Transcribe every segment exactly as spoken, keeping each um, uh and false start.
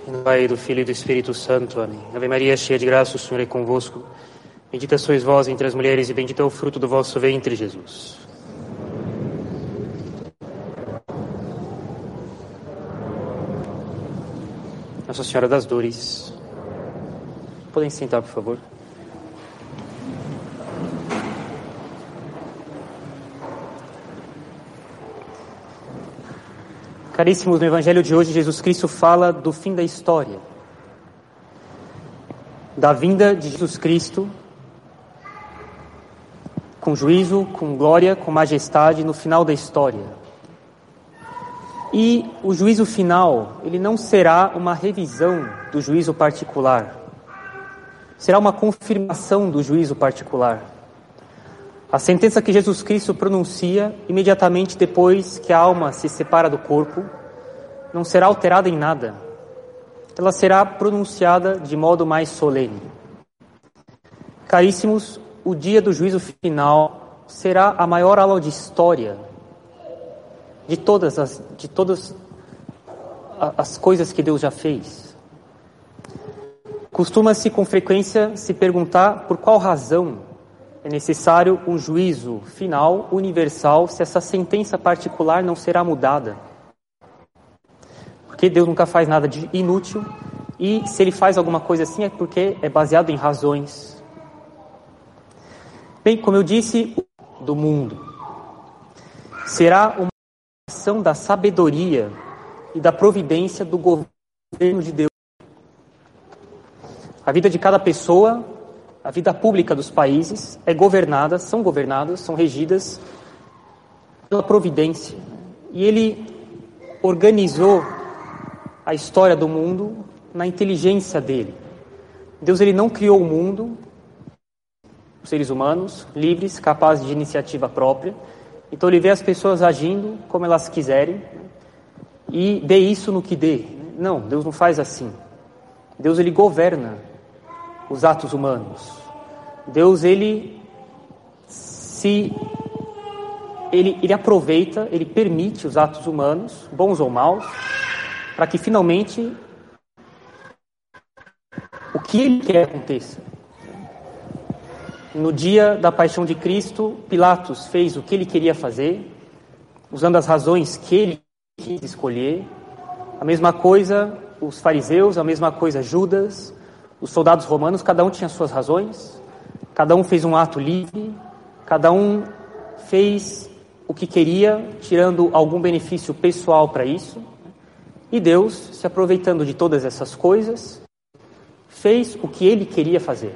Em nome do Pai, do Filho e do Espírito Santo. Amém. Ave Maria, cheia de graça, o Senhor é convosco. Bendita sois vós entre as mulheres e bendito é o fruto do vosso ventre, Jesus. Nossa Senhora das Dores. Podem sentar, por favor. Caríssimos, no Evangelho de hoje, Jesus Cristo fala do fim da história, da vinda de Jesus Cristo, com juízo, com glória, com majestade, no final da história. E o juízo final, ele não será uma revisão do juízo particular, será uma confirmação do juízo particular. A sentença que Jesus Cristo pronuncia imediatamente depois que a alma se separa do corpo não será alterada em nada. Ela será pronunciada de modo mais solene. Caríssimos, o dia do juízo final será a maior aula de história de todas as, de todas as coisas que Deus já fez. Costuma-se com frequência se perguntar por qual razão é necessário um juízo final universal se essa sentença particular não será mudada. Porque Deus nunca faz nada de inútil e se Ele faz alguma coisa assim é porque é baseado em razões. Bem, como eu disse, do mundo será uma ação da sabedoria e da providência do governo de Deus. A vida de cada pessoa, a vida pública dos países é governada, são governadas, são regidas pela providência. E Ele organizou a história do mundo na inteligência dele. Deus ele não criou o mundo, os seres humanos, livres, capazes de iniciativa própria. Então Ele vê as pessoas agindo como elas quiserem e dê isso no que dê. Não, Deus não faz assim. Deus ele governa os atos humanos. Deus, ele se ele, ele aproveita, ele permite os atos humanos, bons ou maus, para que finalmente o que ele quer aconteça. No dia da paixão de Cristo, Pilatos fez o que ele queria fazer, usando as razões que ele quis escolher. A mesma coisa os fariseus, a mesma coisa Judas, os soldados romanos, cada um tinha suas razões, cada um fez um ato livre, cada um fez o que queria, tirando algum benefício pessoal para isso. E Deus, se aproveitando de todas essas coisas, fez o que Ele queria fazer.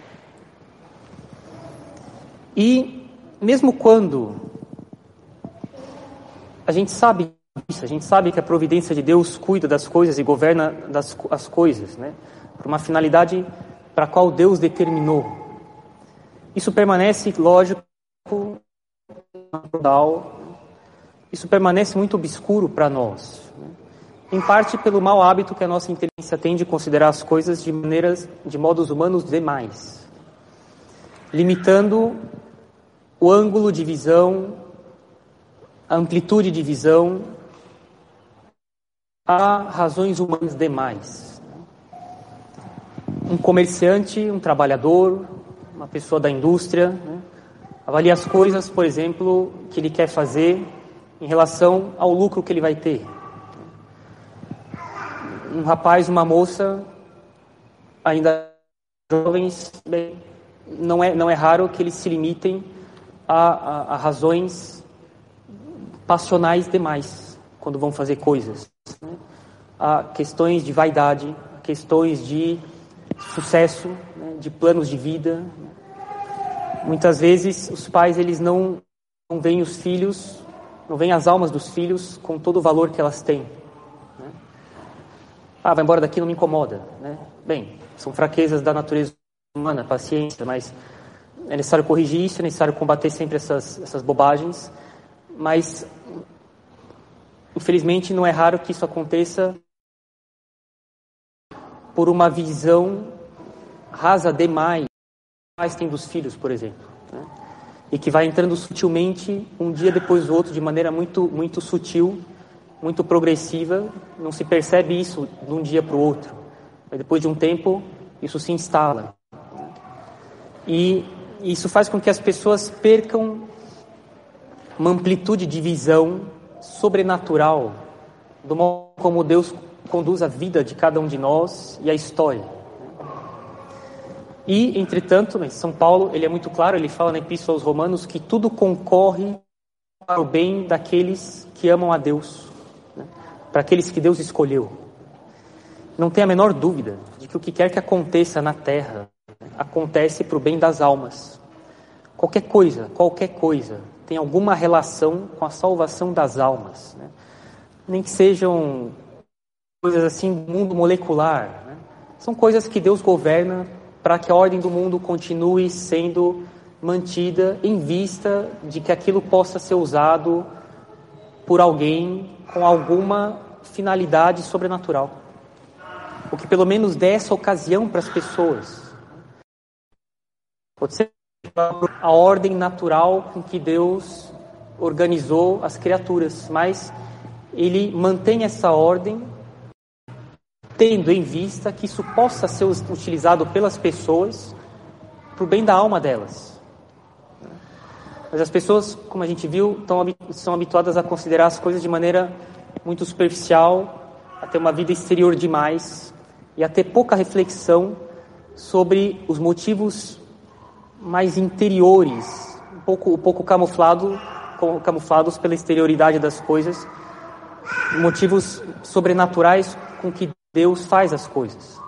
E mesmo quando a gente sabe isso, a gente sabe que a providência de Deus cuida das coisas e governa das, as coisas, né? Por uma finalidade para a qual Deus determinou. Isso permanece, lógico, natural, isso permanece muito obscuro para nós, né? Em parte pelo mau hábito que a nossa inteligência tem de considerar as coisas de maneiras, de modos humanos demais, limitando o ângulo de visão, a amplitude de visão a razões humanas demais. Um comerciante, um trabalhador, uma pessoa da indústria, né, avalia as coisas, por exemplo, que ele quer fazer em relação ao lucro que ele vai ter. Um rapaz, uma moça, ainda jovens, bem, não é, não é raro que eles se limitem a, a, a razões passionais demais quando vão fazer coisas, né? A questões de vaidade, questões de sucesso, né? De planos de vida. Muitas vezes os pais eles não, não veem os filhos, não veem as almas dos filhos com todo o valor que elas têm, né? Ah, vai embora daqui, não me incomoda, né? Bem, são fraquezas da natureza humana, paciência, mas é necessário corrigir isso, é necessário combater sempre essas, essas bobagens, mas infelizmente não é raro que isso aconteça por uma visão rasa demais que mais tem dos filhos, por exemplo, né? E que vai entrando sutilmente um dia depois do outro de maneira muito, muito sutil muito progressiva, não se percebe isso de um dia para o outro. Mas depois de um tempo, isso se instala. E isso faz com que as pessoas percam uma amplitude de visão sobrenatural do modo como Deus conduz a vida de cada um de nós e a história. E, entretanto, São Paulo, ele é muito claro, ele fala na Epístola aos Romanos que tudo concorre para o bem daqueles que amam a Deus, né? Para aqueles que Deus escolheu. Não tem a menor dúvida de que o que quer que aconteça na terra acontece para o bem das almas. Qualquer coisa, qualquer coisa tem alguma relação com a salvação das almas, né? Nem que sejam coisas assim do mundo molecular, né? São coisas que Deus governa para que a ordem do mundo continue sendo mantida em vista de que aquilo possa ser usado por alguém com alguma finalidade sobrenatural. O que pelo menos dê essa ocasião para as pessoas. Pode ser a ordem natural com que Deus organizou as criaturas, mas Ele mantém essa ordem tendo em vista que isso possa ser utilizado pelas pessoas para o bem da alma delas. Mas as pessoas, como a gente viu, estão, são habituadas a considerar as coisas de maneira muito superficial, a ter uma vida exterior demais e a ter pouca reflexão sobre os motivos mais interiores, um pouco, um pouco camuflado, camuflados pela exterioridade das coisas, motivos sobrenaturais com que Deus faz as coisas.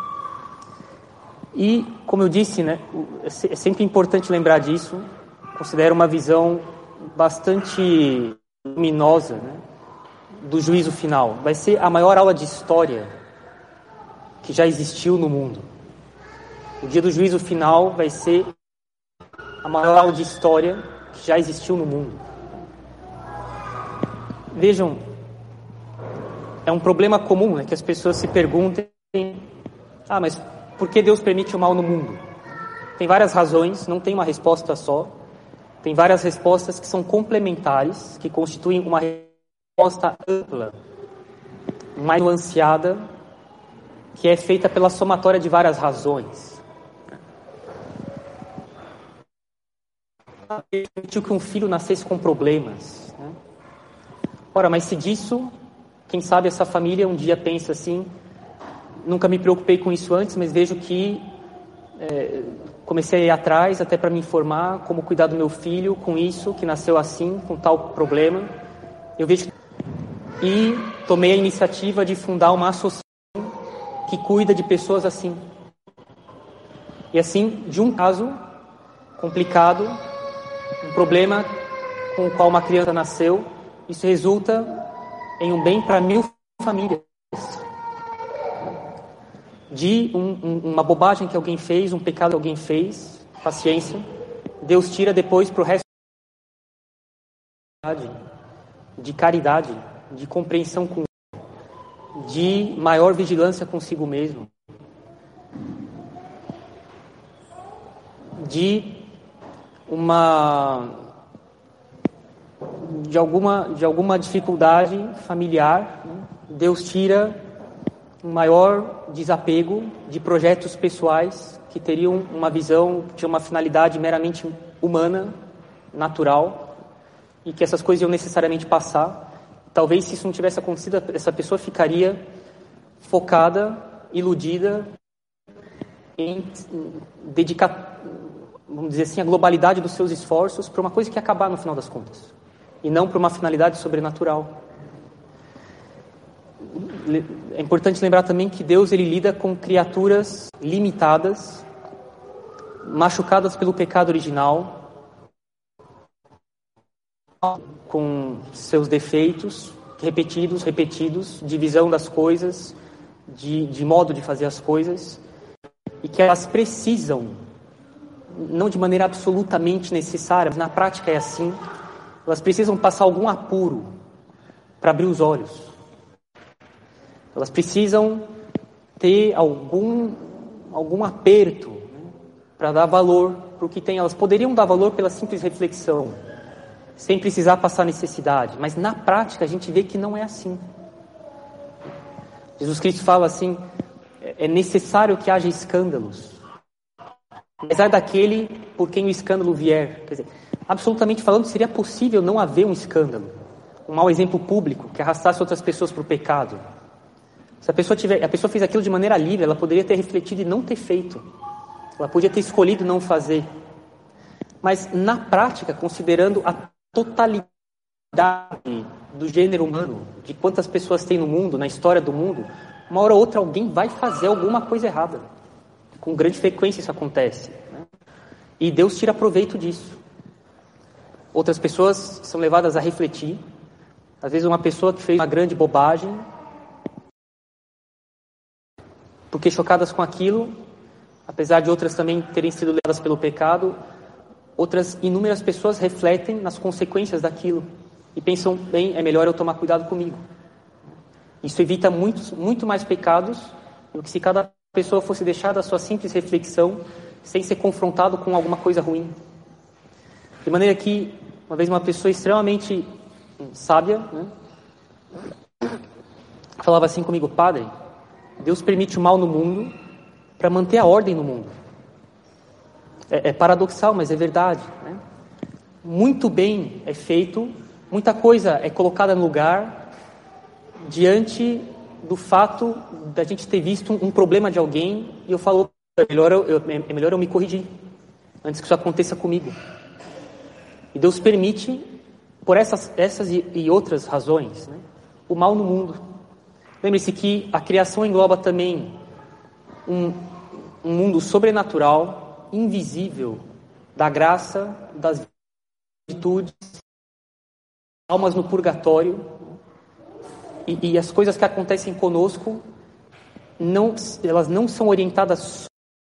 E, como eu disse, né, é sempre importante lembrar disso. Considero uma visão bastante luminosa, né, do juízo final. Vai ser a maior aula de história que já existiu no mundo. O dia do juízo final vai ser a maior aula de história que já existiu no mundo. Vejam, é um problema comum, né, que as pessoas se perguntem: ah, mas por que Deus permite o mal no mundo? Tem várias razões, não tem uma resposta só. Tem várias respostas que são complementares, que constituem uma resposta ampla, mais nuanceada, que é feita pela somatória de várias razões. Ele permitiu que um filho nascesse com problemas, né? Ora, mas se disso, quem sabe essa família um dia pensa assim: nunca me preocupei com isso antes, mas vejo que é, comecei a ir atrás até para me informar como cuidar do meu filho com isso, que nasceu assim, com tal problema. Eu vejo e tomei a iniciativa de fundar uma associação que cuida de pessoas assim. E assim, de um caso complicado, um problema com o qual uma criança nasceu, isso resulta em um bem para mil famílias. De um, um, uma bobagem que alguém fez, um pecado que alguém fez, paciência, Deus tira depois para o resto de caridade, de compreensão com de maior vigilância consigo mesmo, de uma de alguma de alguma dificuldade familiar, né? Deus tira um maior desapego de projetos pessoais que teriam uma visão, que tinham uma finalidade meramente humana, natural, e que essas coisas iam necessariamente passar. Talvez, se isso não tivesse acontecido, essa pessoa ficaria focada, iludida em dedicar, vamos dizer assim, a globalidade dos seus esforços para uma coisa que ia acabar no final das contas, e não para uma finalidade sobrenatural. É importante lembrar também que Deus ele lida com criaturas limitadas, machucadas pelo pecado original, com seus defeitos repetidos, repetidos, de visão das coisas, de, de modo de fazer as coisas, e que elas precisam, não de maneira absolutamente necessária, mas na prática é assim, elas precisam passar algum apuro para abrir os olhos. Elas precisam ter algum, algum aperto, né, para dar valor para o que tem. Elas poderiam dar valor pela simples reflexão, sem precisar passar necessidade. Mas na prática a gente vê que não é assim. Jesus Cristo fala assim: é necessário que haja escândalos, mas ai daquele por quem o escândalo vier. Quer dizer, absolutamente falando, seria possível não haver um escândalo, um mau exemplo público que arrastasse outras pessoas para o pecado. Se a pessoa tiver, a pessoa fez aquilo de maneira livre, ela poderia ter refletido e não ter feito. Ela podia ter escolhido não fazer. Mas na prática, considerando a totalidade do gênero humano, de quantas pessoas tem no mundo, na história do mundo, uma hora ou outra alguém vai fazer alguma coisa errada. Com grande frequência isso acontece, né? E Deus tira proveito disso. Outras pessoas são levadas a refletir. Às vezes uma pessoa que fez uma grande bobagem, porque chocadas com aquilo, apesar de outras também terem sido levadas pelo pecado, outras inúmeras pessoas refletem nas consequências daquilo e pensam, bem, é melhor eu tomar cuidado comigo. Isso evita muito, muito mais pecados do que se cada pessoa fosse deixada a sua simples reflexão sem ser confrontado com alguma coisa ruim. De maneira que, uma vez uma pessoa extremamente sábia, né, falava assim comigo: padre, Deus permite o mal no mundo para manter a ordem no mundo. É, é paradoxal, mas é verdade, né? Muito bem é feito, muita coisa é colocada no lugar diante do fato da gente ter visto um, um problema de alguém e eu falo, é melhor eu, eu, é melhor eu me corrigir antes que isso aconteça comigo. E Deus permite, por essas, essas e, e outras razões, né, o mal no mundo. Lembre-se que a criação engloba também um, um mundo sobrenatural, invisível, da graça, das virtudes, almas no purgatório, e, e as coisas que acontecem conosco, não, elas não são orientadas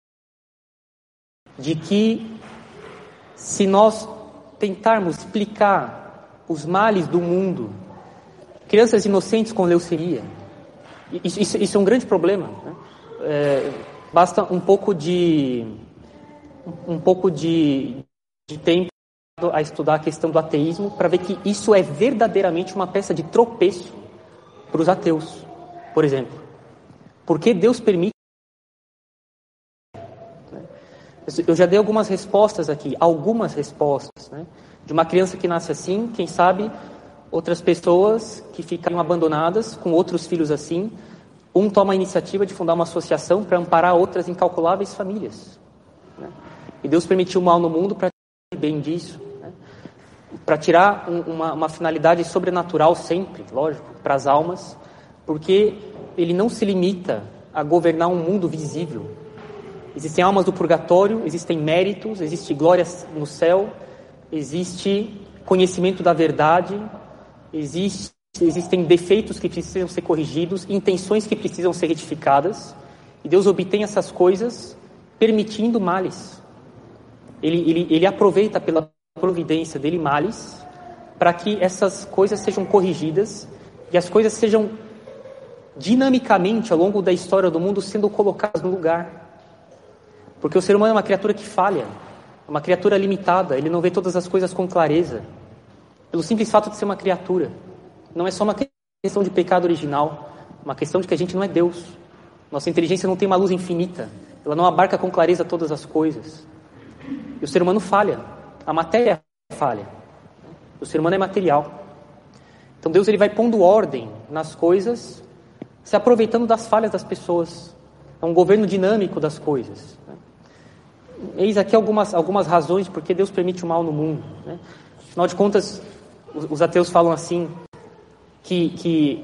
de que, se nós tentarmos explicar os males do mundo, crianças inocentes com leucemia, isso, isso, isso é um grande problema, né? É, basta um pouco de um pouco de, de tempo a estudar a questão do ateísmo para ver que isso é verdadeiramente uma peça de tropeço para os ateus, por exemplo. Porque Deus permite. Eu já dei algumas respostas aqui, algumas respostas, né? De uma criança que nasce assim, quem sabe outras pessoas que ficam abandonadas com outros filhos assim, um toma a iniciativa de fundar uma associação para amparar outras incalculáveis famílias, né? E Deus permitiu o mal no mundo para tirar bem disso, né? Para tirar um, uma, uma finalidade sobrenatural sempre, lógico, para as almas, porque Ele não se limita a governar um mundo visível. Existem almas do purgatório, existem méritos, existe glória no céu, existe conhecimento da verdade, existe, existem defeitos que precisam ser corrigidos, intenções que precisam ser retificadas, e Deus obtém essas coisas permitindo males. Ele, ele, ele aproveita pela providência dele males para que essas coisas sejam corrigidas e as coisas sejam dinamicamente ao longo da história do mundo sendo colocadas no lugar. Porque o ser humano é uma criatura que falha, é uma criatura limitada, ele não vê todas as coisas com clareza, pelo simples fato de ser uma criatura. Não é só uma questão de pecado original, uma questão de que a gente não é Deus. Nossa inteligência não tem uma luz infinita, ela não abarca com clareza todas as coisas. E o ser humano falha, a matéria falha, o ser humano é material. Então Deus ele vai pondo ordem nas coisas, se aproveitando das falhas das pessoas. É um governo dinâmico das coisas, né? Eis aqui algumas, algumas razões porque Deus permite o mal no mundo, né? Afinal de contas, os, os ateus falam assim, que, que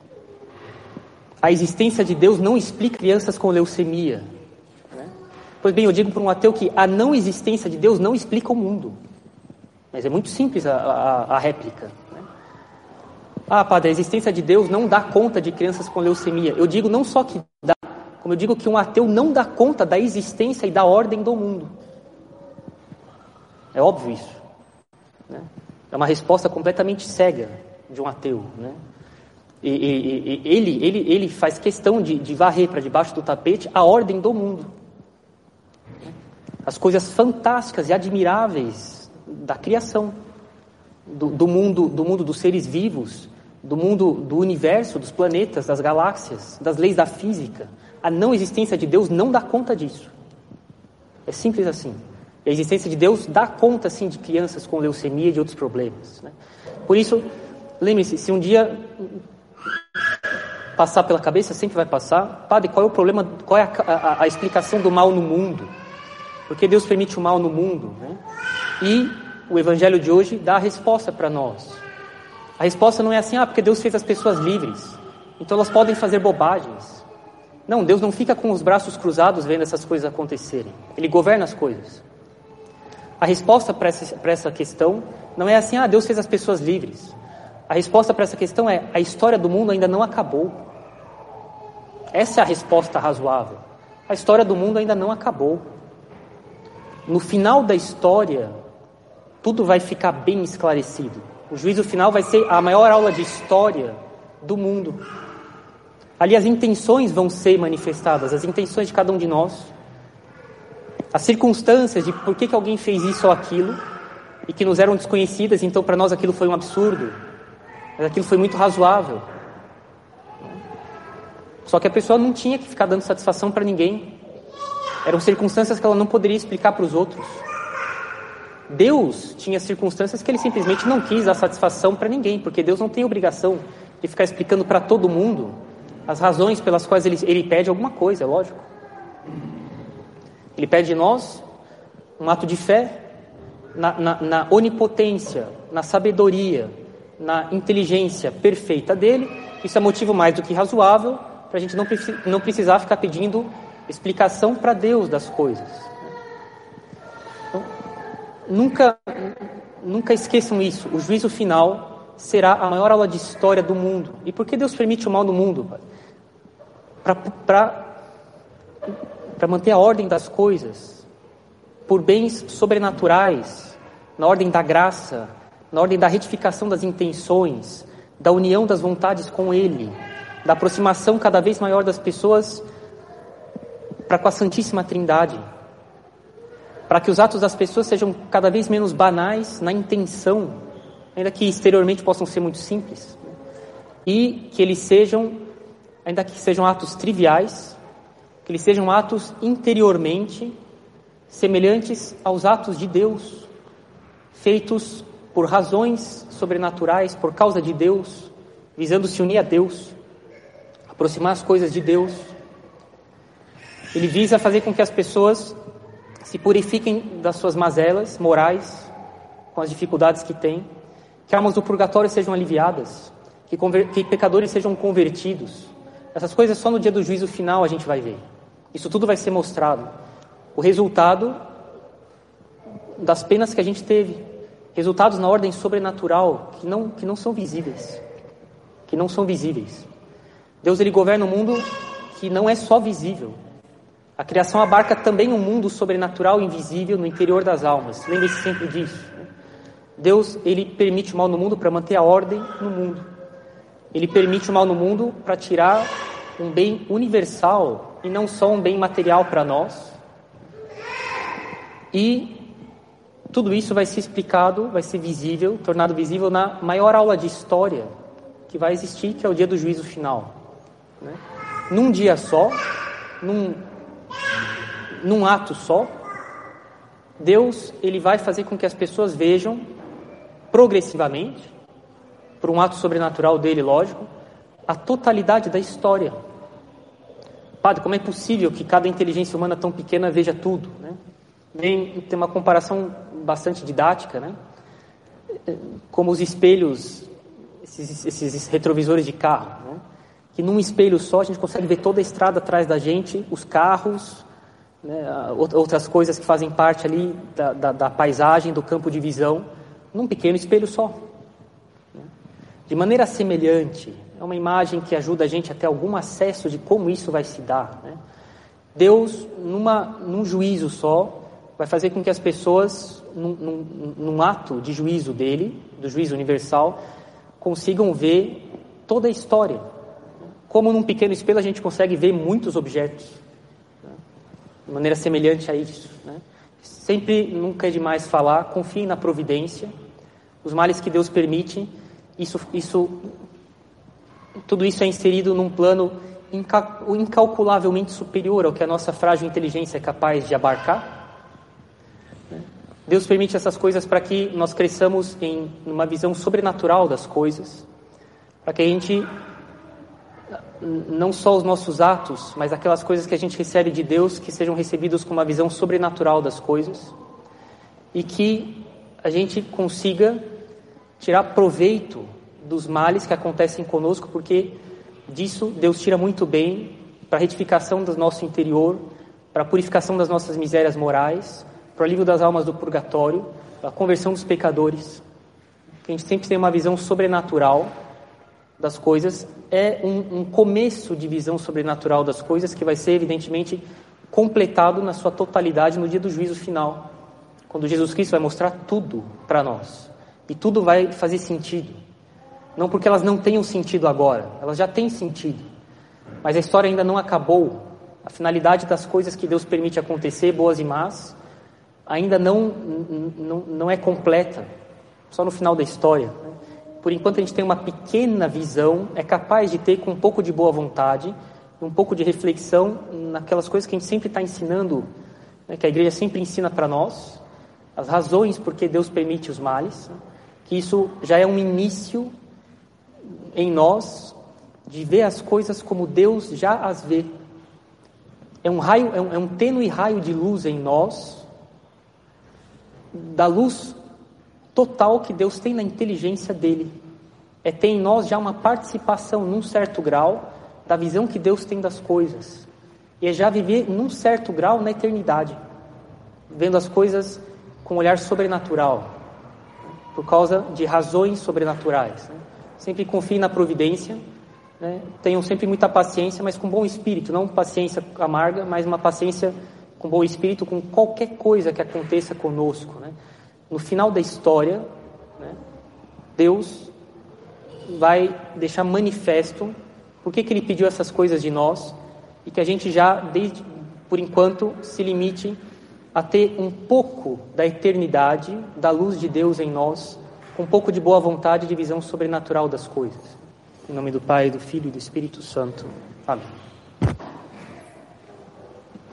a existência de Deus não explica crianças com leucemia, né? Pois bem, eu digo para um ateu que a não existência de Deus não explica o mundo. Mas é muito simples a, a, a réplica, né? Ah, padre, a existência de Deus não dá conta de crianças com leucemia. Eu digo não só que dá, como eu digo que um ateu não dá conta da existência e da ordem do mundo. É óbvio isso, né? É uma resposta completamente cega de um ateu, né? E, e, e ele, ele, ele faz questão de, de varrer para debaixo do tapete a ordem do mundo, as coisas fantásticas e admiráveis da criação. do, do, mundo, do mundo dos seres vivos, do mundo do universo, dos planetas, das galáxias, das leis da física. A não existência de Deus não dá conta disso. É simples assim. E a existência de Deus dá conta, sim, de crianças com leucemia e de outros problemas, né? Por isso, lembre-se, se um dia passar pela cabeça, sempre vai passar, padre, qual é o problema, qual é a, a, a explicação do mal no mundo? Por que Deus permite o mal no mundo, né? E o Evangelho de hoje dá a resposta para nós. A resposta não é assim, ah, porque Deus fez as pessoas livres, então elas podem fazer bobagens. Não, Deus não fica com os braços cruzados vendo essas coisas acontecerem. Ele governa as coisas. A resposta para essa, para essa questão não é assim, ah, Deus fez as pessoas livres. A resposta para essa questão é, a história do mundo ainda não acabou. Essa é a resposta razoável. A história do mundo ainda não acabou. No final da história, tudo vai ficar bem esclarecido. O juízo final vai ser a maior aula de história do mundo. Ali as intenções vão ser manifestadas, as intenções de cada um de nós. As circunstâncias de por que, que alguém fez isso ou aquilo, e que nos eram desconhecidas, então para nós aquilo foi um absurdo, mas aquilo foi muito razoável. Só que a pessoa não tinha que ficar dando satisfação para ninguém. Eram circunstâncias que ela não poderia explicar para os outros. Deus tinha circunstâncias que ele simplesmente não quis dar satisfação para ninguém, porque Deus não tem obrigação de ficar explicando para todo mundo as razões pelas quais ele, ele pede alguma coisa, é lógico. Ele pede de nós um ato de fé na, na, na onipotência, na sabedoria, na inteligência perfeita dele. Isso é motivo mais do que razoável para a gente não, não precisar ficar pedindo explicação para Deus das coisas. Então, nunca, nunca esqueçam isso. O juízo final será a maior aula de história do mundo. E por que Deus permite o mal no mundo? Para para manter a ordem das coisas, por bens sobrenaturais, na ordem da graça, na ordem da retificação das intenções, da união das vontades com Ele, da aproximação cada vez maior das pessoas para com a Santíssima Trindade, para que os atos das pessoas sejam cada vez menos banais na intenção, ainda que exteriormente possam ser muito simples, e que eles sejam, ainda que sejam atos triviais, que eles sejam atos interiormente semelhantes aos atos de Deus, feitos por razões sobrenaturais, por causa de Deus, visando se unir a Deus, aproximar as coisas de Deus. Ele visa fazer com que as pessoas se purifiquem das suas mazelas morais, com as dificuldades que têm, que almas do purgatório sejam aliviadas, que, conver- que pecadores sejam convertidos. Essas coisas só no dia do juízo final a gente vai ver. Isso tudo vai ser mostrado. O resultado das penas que a gente teve. Resultados na ordem sobrenatural que não, que não são visíveis. Que não são visíveis. Deus, ele governa um mundo que não é só visível. A criação abarca também um mundo sobrenatural invisível no interior das almas. Lembre-se sempre disso. Deus, ele permite o mal no mundo para manter a ordem no mundo. Ele permite o mal no mundo para tirar um bem universal e não só um bem material para nós. E tudo isso vai ser explicado, vai ser visível, tornado visível na maior aula de história que vai existir, que é o dia do juízo final. Né? Num dia só, num, num ato só, Deus, ele vai fazer com que as pessoas vejam progressivamente, por um ato sobrenatural dele, lógico, a totalidade da história. Padre, como é possível que cada inteligência humana tão pequena veja tudo, né? Tem, tem uma comparação bastante didática, né? Como os espelhos, esses, esses retrovisores de carro, né? Que num espelho só a gente consegue ver toda a estrada atrás da gente, os carros, né? Outras coisas que fazem parte ali da, da, da paisagem, do campo de visão, num pequeno espelho só. De maneira semelhante, é uma imagem que ajuda a gente a ter algum acesso de como isso vai se dar, né? Deus, numa, num juízo só, vai fazer com que as pessoas, num, num, num ato de juízo dele, do juízo universal, consigam ver toda a história. Como num pequeno espelho a gente consegue ver muitos objetos, né? De maneira semelhante a isso, né? Sempre, nunca é demais falar, confiem na providência, os males que Deus permite, isso, isso, tudo isso é inserido num plano inca, incalculavelmente superior ao que a nossa frágil inteligência é capaz de abarcar. Deus permite essas coisas para que nós cresçamos em uma visão sobrenatural das coisas, para que a gente, não só os nossos atos, mas aquelas coisas que a gente recebe de Deus, que sejam recebidos com uma visão sobrenatural das coisas, e que a gente consiga tirar proveito dos males que acontecem conosco, porque disso Deus tira muito bem para a retificação do nosso interior, para a purificação das nossas misérias morais, para o alívio das almas do purgatório, para a conversão dos pecadores. A gente sempre tem uma visão sobrenatural das coisas, é um, um começo de visão sobrenatural das coisas que vai ser, evidentemente, completado na sua totalidade no dia do juízo final, quando Jesus Cristo vai mostrar tudo para nós, e tudo vai fazer sentido, não porque elas não tenham sentido agora, elas já têm sentido, mas a história ainda não acabou, a finalidade das coisas que Deus permite acontecer, boas e más, ainda não, não, não é completa, só no final da história. Por enquanto a gente tem uma pequena visão, é capaz de ter com um pouco de boa vontade, um pouco de reflexão naquelas coisas que a gente sempre está ensinando, né, que a igreja sempre ensina para nós, as razões por que Deus permite os males, né, que isso já é um início em nós de ver as coisas como Deus já as vê. É um raio, é um, é um tênue raio de luz em nós, da luz total que Deus tem na inteligência dele. É ter em nós já uma participação, num certo grau, da visão que Deus tem das coisas. E é já viver num certo grau na eternidade, vendo as coisas com um olhar sobrenatural, por causa de razões sobrenaturais. Né? Sempre confie na providência, né? Tenham sempre muita paciência, mas com bom espírito, não paciência amarga, mas uma paciência com bom espírito, com qualquer coisa que aconteça conosco, né? No final da história, né, Deus vai deixar manifesto por que que Ele pediu essas coisas de nós, e que a gente já, desde, por enquanto, se limite a ter um pouco da eternidade, da luz de Deus em nós, com um pouco de boa vontade e de visão sobrenatural das coisas. Em nome do Pai, do Filho e do Espírito Santo. Amém.